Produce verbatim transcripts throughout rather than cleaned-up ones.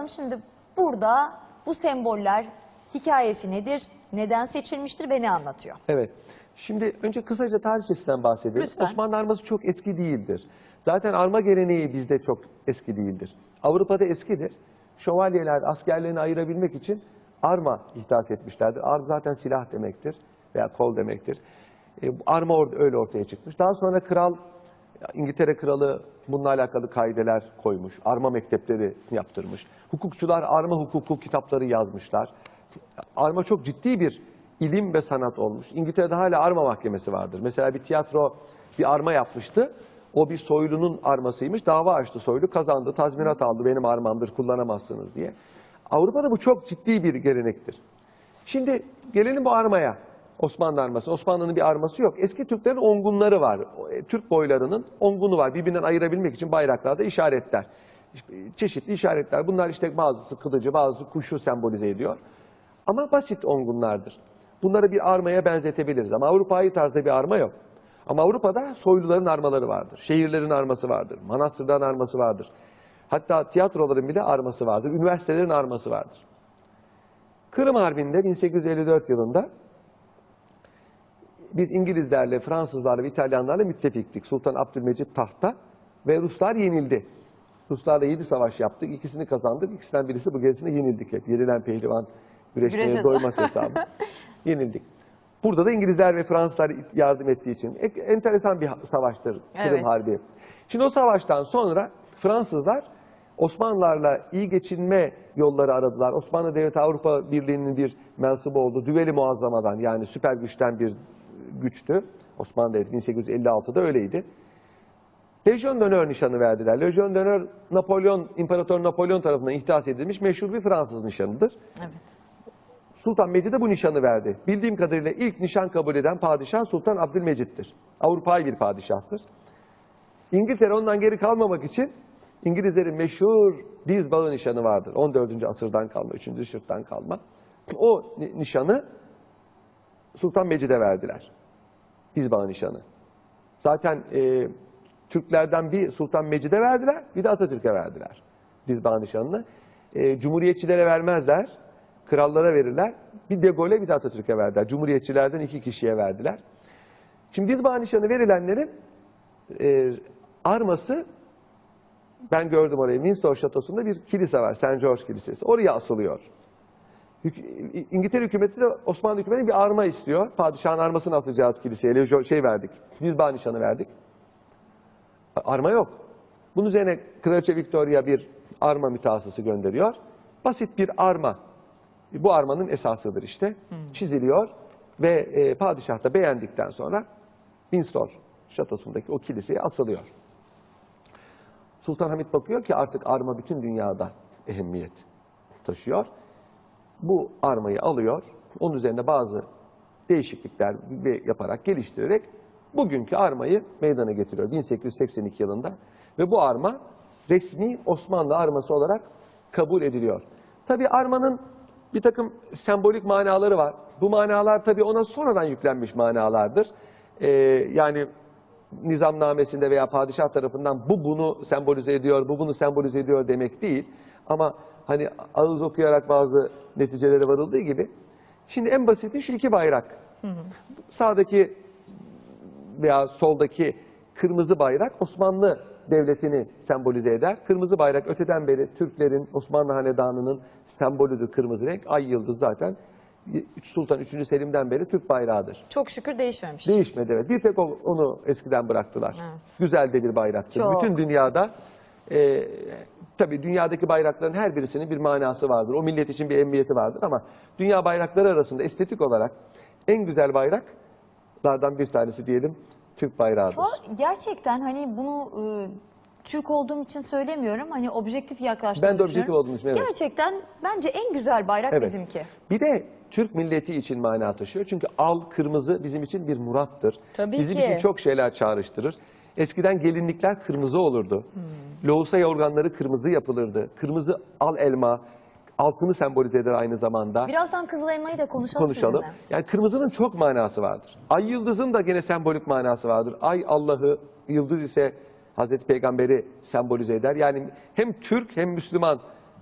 hocam. Şimdi burada bu semboller hikayesi nedir? Neden seçilmiştir ve ne anlatıyor? Evet. Şimdi önce kısaca tarihçesinden bahsedelim. Lütfen. Osmanlı arması çok eski değildir. Zaten arma geleneği bizde çok eski değildir. Avrupa'da eskidir. Şövalyeler askerlerini ayırabilmek için arma ihdas etmişlerdir. Arma zaten silah demektir veya kol demektir. E, arma or öyle ortaya çıkmış. Daha sonra kral, İngiltere kralı bununla alakalı kaideler koymuş. Arma mektepleri yaptırmış. Hukukçular arma hukuku kitapları yazmışlar. Arma çok ciddi bir ilim ve sanat olmuş. İngiltere'de hala arma mahkemesi vardır. Mesela bir tiyatro bir arma yapmıştı. O bir soylunun armasıymış. Dava açtı soylu, kazandı, tazminat aldı. Benim armamdır, kullanamazsınız diye. Avrupa'da bu çok ciddi bir gelenektir. Şimdi gelelim bu armaya. Osmanlı arması. Osmanlı'nın bir arması yok. Eski Türklerin ongunları var. Türk boylarının ongunu var. Birbirinden ayırabilmek için bayraklarda işaretler. Çeşitli işaretler. Bunlar işte bazısı kılıcı, bazısı kuşu sembolize ediyor. Ama basit ongunlardır. Bunları bir armaya benzetebiliriz. Ama Avrupa'yı tarzda bir arma yok. Ama Avrupa'da soyluların armaları vardır. Şehirlerin arması vardır. Manastırların arması vardır. Hatta tiyatroların bile arması vardır. Üniversitelerin arması vardır. Kırım Harbi'nde bin sekiz yüz elli dört yılında biz İngilizlerle, Fransızlarla ve İtalyanlarla müttefiktik. Sultan Abdülmecit tahta ve Ruslar yenildi. Ruslarla yedi savaş yaptık. İkisini kazandık. İkisinden birisi bu gerisinde yenildik hep. Yenilen pehlivan güreşmeye Güreşe doymaz hesabı. Yenildik. Burada da İngilizler ve Fransızlar yardım ettiği için enteresan bir savaştır Kırım Evet. Harbi. Şimdi o savaştan sonra Fransızlar Osmanlılarla iyi geçinme yolları aradılar. Osmanlı Devleti Avrupa Birliği'nin bir mensubu oldu. Düveli Muazzama'dan, yani süper güçten bir güçtü. Osmanlı Devleti bin sekiz yüz elli altıda öyleydi. Lejyon d'Honneur nişanı verdiler. Lejyon d'Honneur, Napolyon, İmparator Napolyon tarafından ihdas edilmiş meşhur bir Fransız nişanıdır. Evet. Sultan Mecid'e bu nişanı verdi. Bildiğim kadarıyla ilk nişan kabul eden padişah Sultan Abdülmecit'tir. Avrupa'yı bir padişahtır. İngiltere ondan geri kalmamak için İngilizlerin meşhur diz bağı nişanı vardır. on dördüncü asırdan kalma, üçüncü asırdan kalma. O nişanı Sultan Mecid'e verdiler. Diz bağı nişanı. Zaten e, Türklerden bir Sultan Mecid'e verdiler, bir de Atatürk'e verdiler diz bağı nişanını. E, Cumhuriyetçilere vermezler, krallara verirler. Bir De Gaulle'e bir de Atatürk'e verdiler. Cumhuriyetçilerden iki kişiye verdiler. Şimdi diz bağı nişanı verilenlerin e, arması, ben gördüm orayı, Windsor Şatosu'nda bir kilise var, Saint George Kilisesi. Oraya asılıyor. İngiltere hükümeti de Osmanlı hükümeti bir arma istiyor. Padişahın armasını asacağız kiliseye. Şey verdik, diz bağı nişanı verdik. Arma yok. Bunun üzerine Kraliçe Victoria bir arma mütehassısı gönderiyor. Basit bir arma. Bu armanın esasıdır işte. Hmm. Çiziliyor ve e, padişah da beğendikten sonra Windsor Şatosu'ndaki o kiliseye asılıyor. Sultan Hamid bakıyor ki artık arma bütün dünyada ehemmiyet taşıyor. Bu armayı alıyor, onun üzerine bazı değişiklikler yaparak, geliştirerek bugünkü armayı meydana getiriyor bin sekiz yüz seksen iki yılında. Ve bu arma resmi Osmanlı arması olarak kabul ediliyor. Tabii armanın bir takım sembolik manaları var. Bu manalar tabii ona sonradan yüklenmiş manalardır. Ee, yani nizamnamesinde veya padişah tarafından bu bunu sembolize ediyor, bu bunu sembolize ediyor demek değil. Ama hani ağız okuyarak bazı neticelere varıldığı gibi. Şimdi en basiti şu iki bayrak. Hı hı. Sağdaki veya soldaki kırmızı bayrak Osmanlı Devleti'ni sembolize eder. Kırmızı bayrak öteden beri Türklerin, Osmanlı Hanedanı'nın sembolüdür kırmızı renk. Ay yıldız zaten Sultan üçüncü Selim'den beri Türk bayrağıdır. Çok şükür değişmemiş. Değişmedi, evet. Bir tek onu eskiden bıraktılar. Evet. Güzel de bir bayraktır. Çok. Bütün dünyada e, tabii dünyadaki bayrakların her birisinin bir manası vardır. O millet için bir emniyeti vardır ama dünya bayrakları arasında estetik olarak en güzel bayraklardan bir tanesi diyelim Türk bayrağıdır. Gerçekten hani bunu e, Türk olduğum için söylemiyorum. Hani objektif yaklaştığımı Ben de objektif olduğum için, evet. Gerçekten bence en güzel bayrak evet. bizimki. Bir de Türk milleti için mana taşıyor. Çünkü al, kırmızı bizim için bir murattır. Tabii bizim ki. için çok şeyler çağrıştırır. Eskiden gelinlikler kırmızı olurdu. Hmm. Lohusa yorganları kırmızı yapılırdı. Kırmızı al elma, altını sembolize eder aynı zamanda. Birazdan Kızıl Elma'yı da konuşalım, konuşalım. sizinle. Yani kırmızının çok manası vardır. Ay yıldızın da gene sembolik manası vardır. Ay Allah'ı, yıldız ise Hazreti Peygamber'i sembolize eder. Yani hem Türk hem Müslüman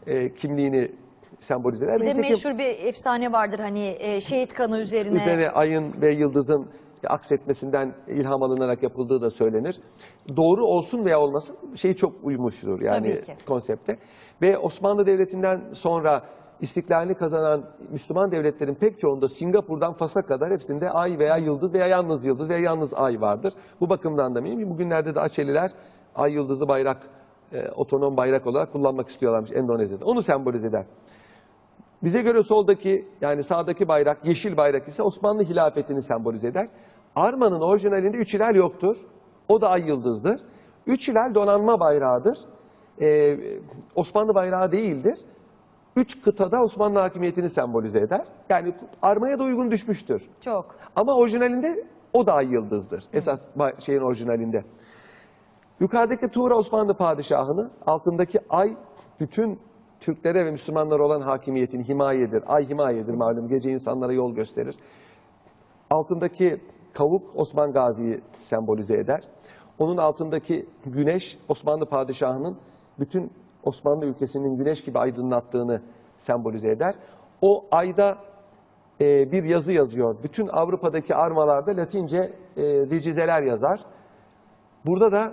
e, kimliğini sembolize eder. Bir de Nitekim meşhur bir efsane vardır hani e, şehit kanı üzerine. üzerine ayın ve yıldızın aksetmesinden ilham alınarak yapıldığı da söylenir. Doğru olsun veya olmasın şey çok uymuştur yani Tabii ki. konsepte. Ve Osmanlı Devleti'nden sonra istiklalini kazanan Müslüman devletlerin pek çoğunda Singapur'dan Fas'a kadar hepsinde ay veya yıldız veya yalnız yıldız veya yalnız ay vardır. Bu bakımdan da mühim. Bugünlerde de Açeliler ay yıldızlı bayrak, e, otonom bayrak olarak kullanmak istiyorlarmış Endonezya'da. Onu sembolize eder. Bize göre soldaki yani sağdaki bayrak yeşil bayrak ise Osmanlı hilafetini sembolize eder. Arma'nın orijinalinde üç hilal yoktur. O da ay yıldızdır. Üç hilal donanma bayrağıdır. Ee, Osmanlı bayrağı değildir. Üç kıtada Osmanlı hakimiyetini sembolize eder. Yani armaya da uygun düşmüştür. Çok. Ama orijinalinde o da ay yıldızdır. Esas şeyin orijinalinde. Yukarıdaki Tuğra Osmanlı padişahını, altındaki ay bütün Türklere ve Müslümanlara olan hakimiyetini himayedir. Ay himayedir malum, gece insanlara yol gösterir. Altındaki kavuk Osman Gazi'yi sembolize eder. Onun altındaki güneş Osmanlı padişahının bütün Osmanlı ülkesinin güneş gibi aydınlattığını sembolize eder. O ayda e, bir yazı yazıyor. Bütün Avrupa'daki armalarda Latince e, vecizeler yazar. Burada da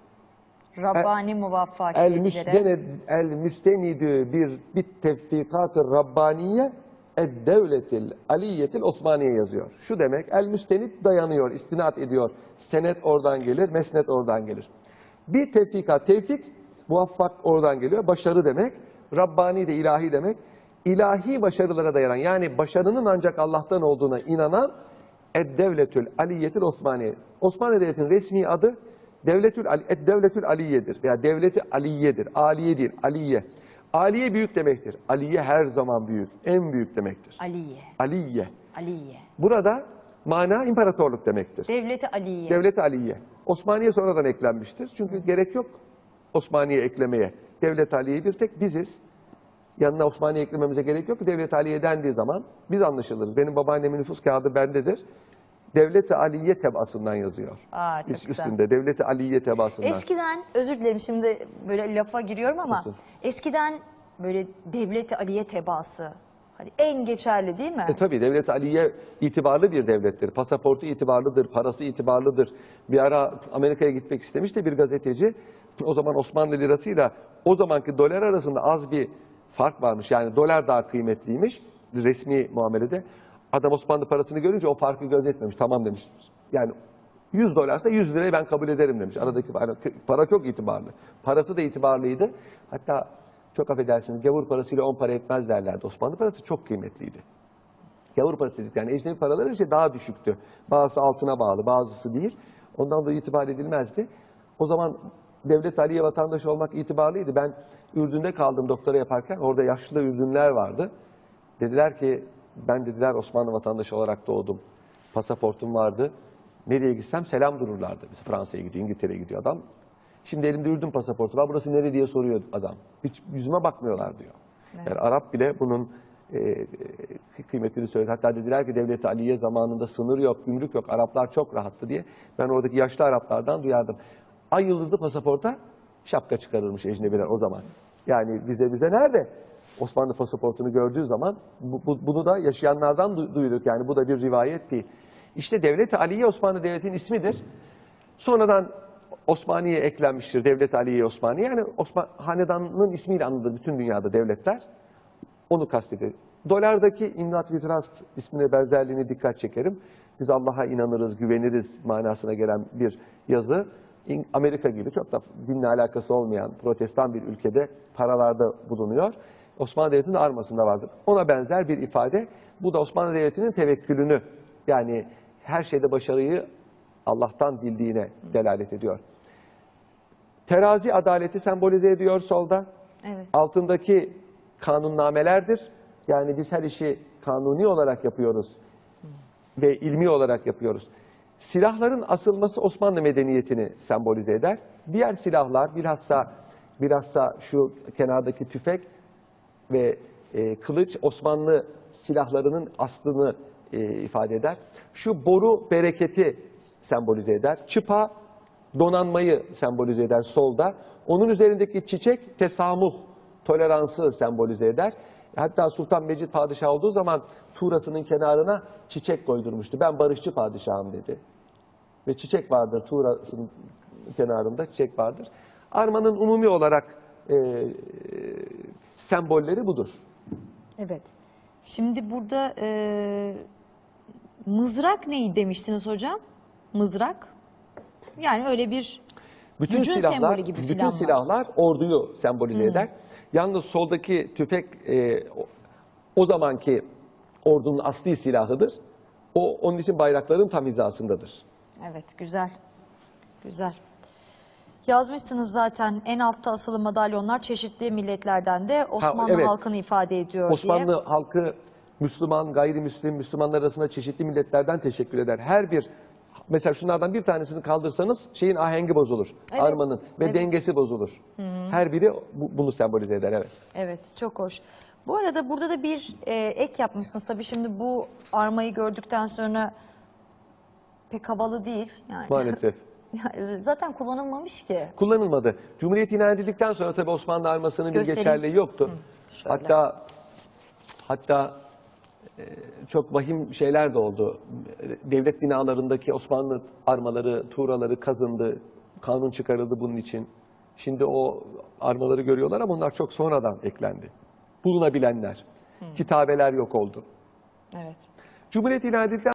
Rabbani el muvaffakiyetlere. müstened el müstenidü bir bit tevfikatı rabbaniye ed devletil aliyetil Osmaniye yazıyor. Şu demek, el müstenid dayanıyor, istinat ediyor. Senet oradan gelir, mesnet oradan gelir. Bir tevfikat, tevfik muvaffak oradan geliyor. Başarı demek. Rabbani de ilahi demek. İlahi başarılara dayanan, yani başarının ancak Allah'tan olduğuna inanan ed devletül aliyetil Osmaniye. Osmanlı Devleti'nin resmi adı Devletül, Devletül Aliye'dir veya Devleti Aliye'dir. Aliye değil, Aliye. Aliye büyük demektir. Aliye her zaman büyük, en büyük demektir. Aliye. Aliye. Aliye. Burada mana imparatorluk demektir. Devleti Aliye. Devleti Aliye. Osmaniye sonradan eklenmiştir. Çünkü gerek yok Osmaniye eklemeye. Devlet Aliye bir tek biziz. Yanına Osmaniye eklememize gerek yok ki Devlet Aliye dendiği zaman biz anlaşılırız. Benim babaannemin nüfus kağıdı bendedir. Devlet-i Aliye tebaasından yazıyor. Aa, çok Üst- güzel. Üstünde Devlet-i Aliye tebaasından. Eskiden, özür dilerim şimdi böyle lafa giriyorum ama Nasıl? eskiden böyle Devleti Aliye tebaası hani en geçerli değil mi? E tabii Devlet-i Aliye itibarlı bir devlettir. Pasaportu itibarlıdır, parası itibarlıdır. Bir ara Amerika'ya gitmek istemişti bir gazeteci. O zaman Osmanlı lirasıyla o zamanki dolar arasında az bir fark varmış. Yani dolar daha kıymetliymiş resmi muamelede. Adam Osmanlı parasını görünce o farkı gözetmemiş. Tamam demiş. Yani yüz dolarsa yüz lirayı ben kabul ederim demiş. Aradaki para, para çok itibarlı. Parası da itibarlıydı. Hatta çok affedersiniz gavur parasıyla on para etmez derlerdi. Osmanlı parası çok kıymetliydi. Gavur parası dedik yani ecnebi paraları işte daha düşüktü. Bazısı altına bağlı, bazısı değil. Ondan da itibar edilmezdi. O zaman Devlet Aliye vatandaşı olmak itibarlıydı. Ben Ürdün'de kaldım doktora yaparken. Orada yaşlı Ürdünler vardı. Dediler ki ben dediler Osmanlı vatandaşı olarak doğdum. Pasaportum vardı. Nereye gitsem selam dururlardı. Mesela Fransa'ya gidiyor, İngiltere'ye gidiyor adam. Şimdi elimde Ürdün pasaportu var. Burası nereye diye soruyor adam. Hiç yüzüme bakmıyorlar diyor. Evet. Yani Arap bile bunun e, e, kıymetini söyledi. Hatta dediler ki Devlet-i Aliye zamanında sınır yok, gümrük yok. Araplar çok rahattı diye. Ben oradaki yaşlı Araplardan duyardım. Ay yıldızlı pasaporta şapka çıkarırmış ecnebiler o zaman. Yani bize bize nerede? Osmanlı pasaportunu gördüğü zaman bu, bu, bunu da yaşayanlardan du duyduk. Yani bu da bir rivayet değil. İşte Devlet-i Aliye Osmanlı Devleti'nin ismidir. Sonradan Osmaniye eklenmiştir. Devlet-i Aliye Osmaniye. Yani Osman Hanedanı'nın ismiyle anılır bütün dünyada devletler. Onu kastediyor. Dolardaki imnat vitrast ismine benzerliğine dikkat çekerim. Biz Allah'a inanırız, güveniriz manasına gelen bir yazı. Amerika gibi çok da dinle alakası olmayan protestan bir ülkede paralarda bulunuyor. Osmanlı Devleti'nin armasında vardır. Ona benzer bir ifade. Bu da Osmanlı Devleti'nin tevekkülünü, yani her şeyde başarıyı Allah'tan bildiğine delalet ediyor. Terazi adaleti sembolize ediyor solda. Evet. Altındaki kanunnamelerdir. Yani biz her işi kanuni olarak yapıyoruz ve ilmi olarak yapıyoruz. Silahların asılması Osmanlı medeniyetini sembolize eder. Diğer silahlar bilhassa bilhassa şu kenardaki tüfek ve e, kılıç Osmanlı silahlarının aslını e, ifade eder. Şu boru bereketi sembolize eder. Çıpa donanmayı sembolize eder solda. Onun üzerindeki çiçek tesamuh, toleransı sembolize eder. Hatta Sultan Mecid padişah olduğu zaman Tuğrası'nın kenarına çiçek koydurmuştu. Ben barışçı padişahım dedi. Ve çiçek vardır, Tuğrası'nın kenarında çiçek vardır. Armanın umumi olarak e, sembolleri budur. Evet. Şimdi burada e, mızrak neyi demiştiniz hocam? Mızrak. Yani öyle bir Bütün gücün silahlar, sembolü gibi bütün filan var. silahlar orduyu sembolize eder. Yalnız soldaki tüfek e, o, o zamanki ordunun asli silahıdır. O onun için bayrakların tam hizasındadır. Evet, güzel. Güzel. Yazmışsınız zaten en altta asılı madalyonlar çeşitli milletlerden de Osmanlı evet. halkını ifade ediyor Osmanlı diye. halkı Müslüman, gayrimüslim, Müslümanlar arasında çeşitli milletlerden teşekkür eder. Her bir, mesela şunlardan bir tanesini kaldırsanız şeyin ahengi bozulur. Evet, Armanın ve evet. dengesi bozulur. Her biri bu- bunu sembolize eder, evet. Evet, çok hoş. Bu arada burada da bir e, ek yapmışsınız. Tabii şimdi bu armayı gördükten sonra pek havalı değil. Yani. Maalesef. Yani zaten kullanılmamış ki. Kullanılmadı. Cumhuriyet ilan edildikten sonra tabii Osmanlı armasının bir Göstereyim. geçerliği yoktu. şöyle. Hatta hatta e, çok vahim şeyler de oldu. Devlet binalarındaki Osmanlı armaları, tuğraları kazındı. Kanun çıkarıldı bunun için. Şimdi o armaları görüyorlar ama bunlar çok sonradan eklendi. Bulunabilenler. Kitabeler yok oldu. Evet. Cumhuriyet ilan edildikten